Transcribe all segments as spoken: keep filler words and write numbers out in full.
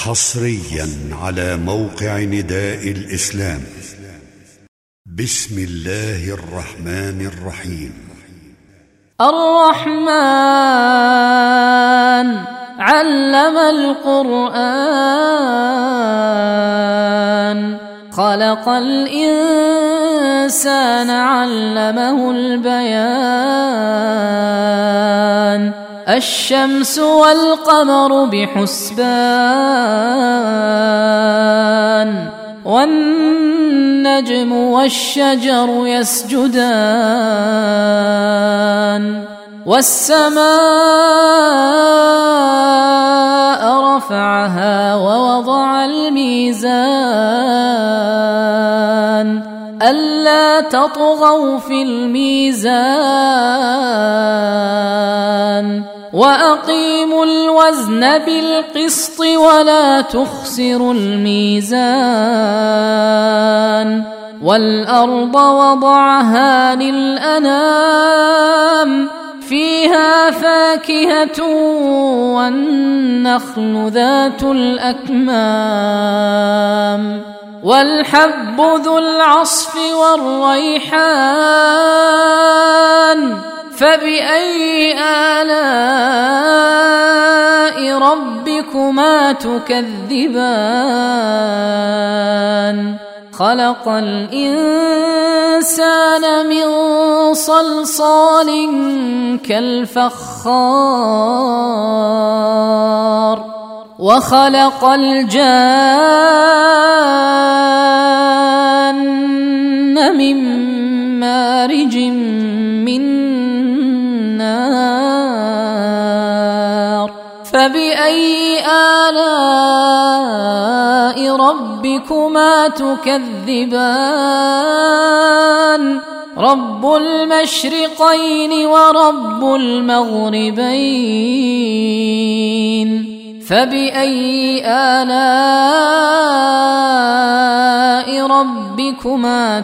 حصريا على موقع نداء الإسلام. بسم الله الرحمن الرحيم. الرحمن علم القرآن، خلق الإنسان علمه البيان. الشمس والقمر بحسبان، والنجم والشجر يسجدان. والسماء رفعها ووضع الميزان، ألا تطغوا في الميزان، وأقيموا الوزن بالقسط ولا تخسروا الميزان. والأرض وضعها للأنام، فيها فاكهة والنخل ذات الأكمام، والحب ذو العصف والريحان. فبأي آلاء ربكما تكذبان؟ خلق الإنسان من صلصال كالفخار، وخلق الجان من مارج من نار. فبأي آلاء ربكما تكذبان؟ رب المشرقين ورب المغربين. فبأي آلاء ربكما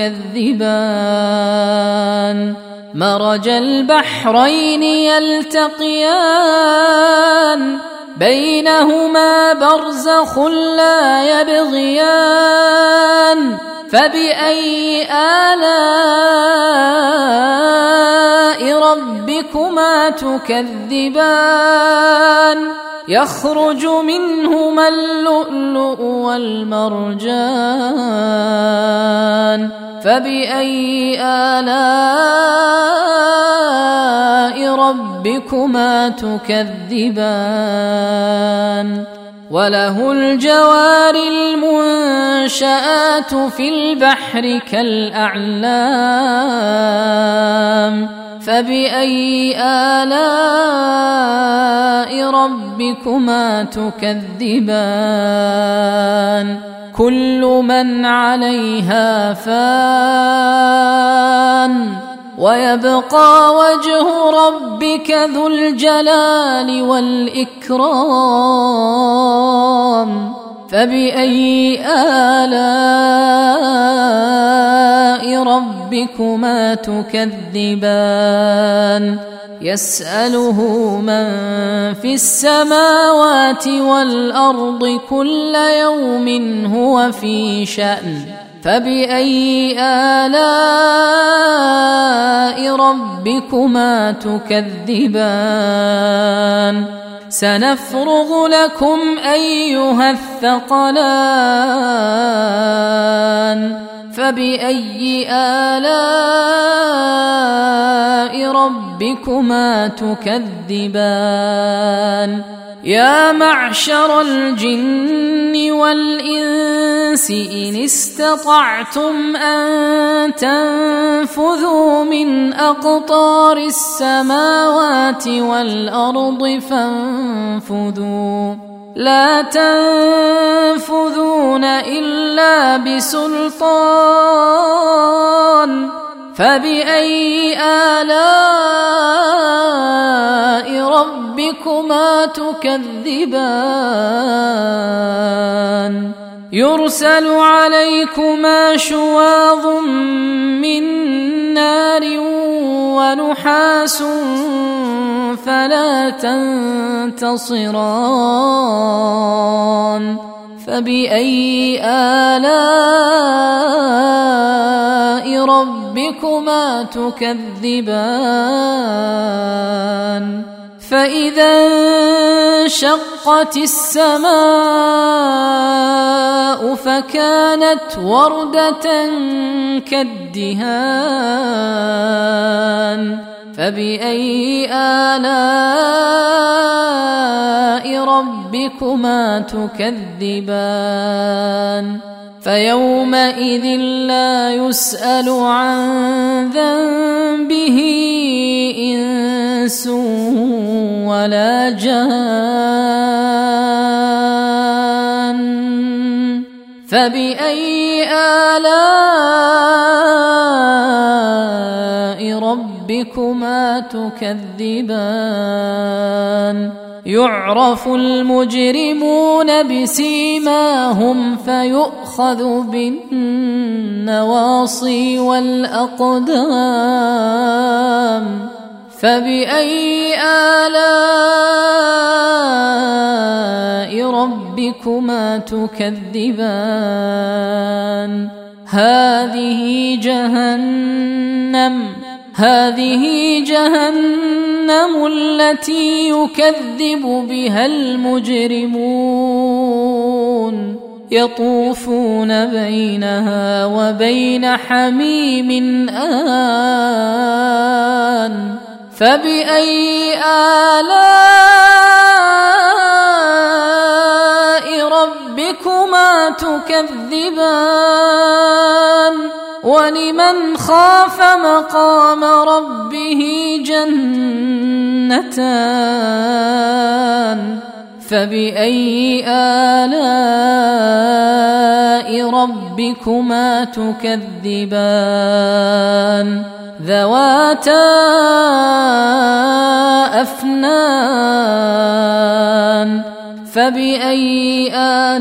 تكذبان؟ مرج البحرين يلتقيان، بينهما برزخ لا يبغيان. فبأي آلاء ربكما تكذبان؟ يخرج منهما اللؤلؤ والمرجان. فبأي آلاء ربكما تكذبان؟ وله الجوار المنشآت في البحر كالأعلام. فبأي آلاء ربكما تكذبان؟ كل من عليها فان، ويبقى وجه ربك ذو الجلال والإكرام. فبأي آلاء ربكما تكذبان؟ يسأله من في السماوات والأرض كل يوم هو في شأن. فبأي آلاء ربكما تكذبان؟ سنفرغ لكم أيها الثقلان. فبأي آلاء ربكما تكذبان؟ يا معشر الجن والإنس إن استطعتم أن تنفذوا من أقطار السماوات والأرض فانفذوا، لا تنفذون إلا بسلطان. فبأي آلاء ربكما تكذبان؟ يرسل عليكما شواظ من نار ونحاس فلا تنتصران فبأي آلاء ربكما تكذبان فإذا انشقت السماء فكانت وردة كالدهان فبأي آلاء ربكما تكذبان فيومئذ لا يسأل عن ذنبه إنس ولا جان فبأي آلاء ربكما تكذبان يعرف المجرمون بسيماهم فيؤخذ بالنواصي والأقدام فبأي آلاء ربكما تكذبان هذه جهنم هذه جهنم التي يكذب بها المجرمون يطوفون بينها وبين حميم آن فبأي آلاء ربكما تكذبان ولمن خاف مقام ربه جنتان فبأي آلاء ربكما تكذبان ذواتا أفنان فبأي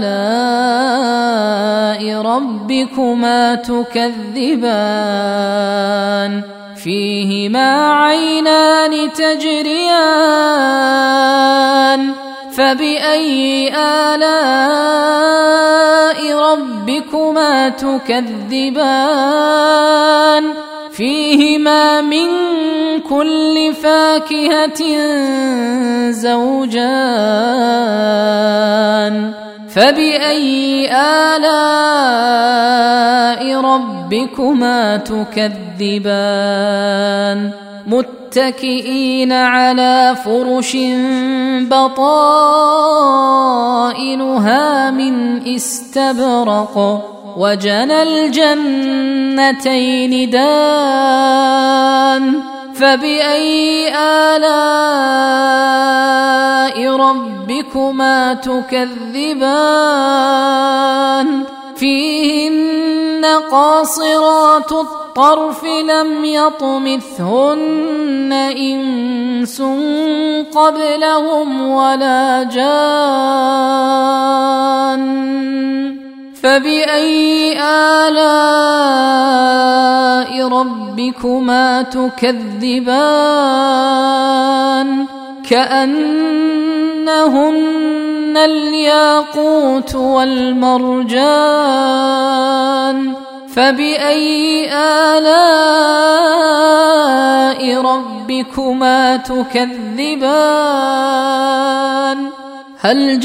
آلاء ربكما تكذبان فيهما عينان تجريان فبأي آلاء ربكما تكذبان فيهما من كل فاكهة زوجان فبأي آلاء ربكما تكذبان متكئين على فرش بطائنها من استبرق وجنى الجنتين دان فبأي آلاء ربكما تكذبان فيهن قاصرات الطرف لم يطمثهن إنس قبلهم ولا جان فبأي آلاء ربكما تكذبان كأنهن الياقوت والمرجان فبأي آلاء ربكما تكذبان هل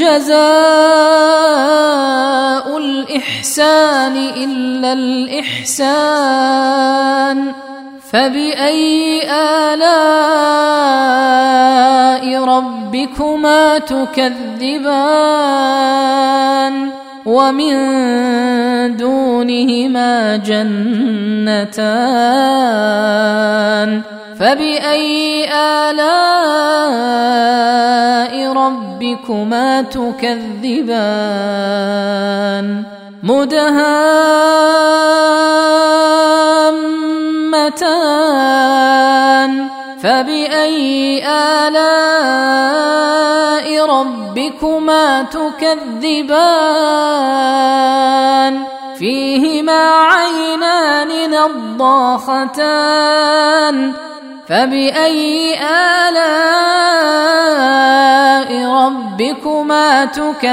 جزاء الإحسان إلا الإحسان فبأي آلاء ربكما تكذبان ومن دونهما جنتان فبأي آلاء ربكما تكذبان مدهامتان فبأي آلاء ربكما تكذبان فيهما عينان نضاختان فبأي آلاء ربكما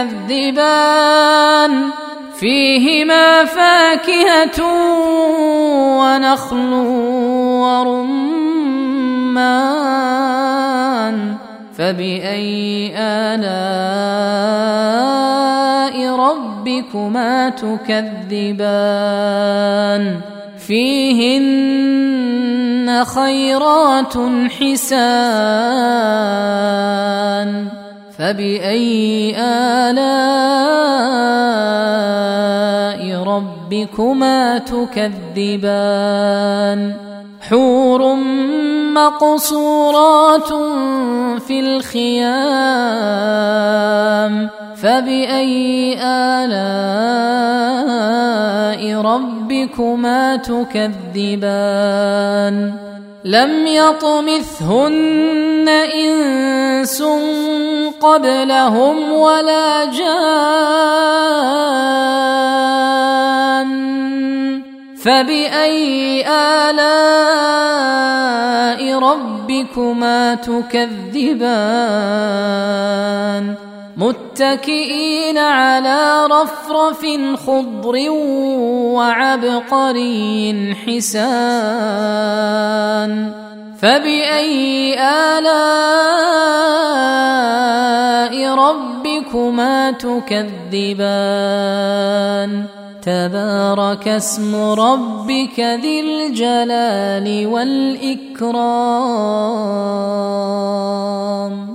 تكذبان فيهما فاكهة ونخل ورمان فبأي آلاء ربكما تكذبان فيهن خيرات حسان فبأي آلاء ربكما تكذبان حور مقصورات في الخيام فبأي آلاء ربكما تكذبان لم يطمثهن إنس قبلهم ولا جان فبأي آلاء ربكما تكذبان متكئين على رفرف خضر وعبقري حسان فبأي آلاء ربكما تكذبان تبارك اسم ربك ذي الجلال والإكرام.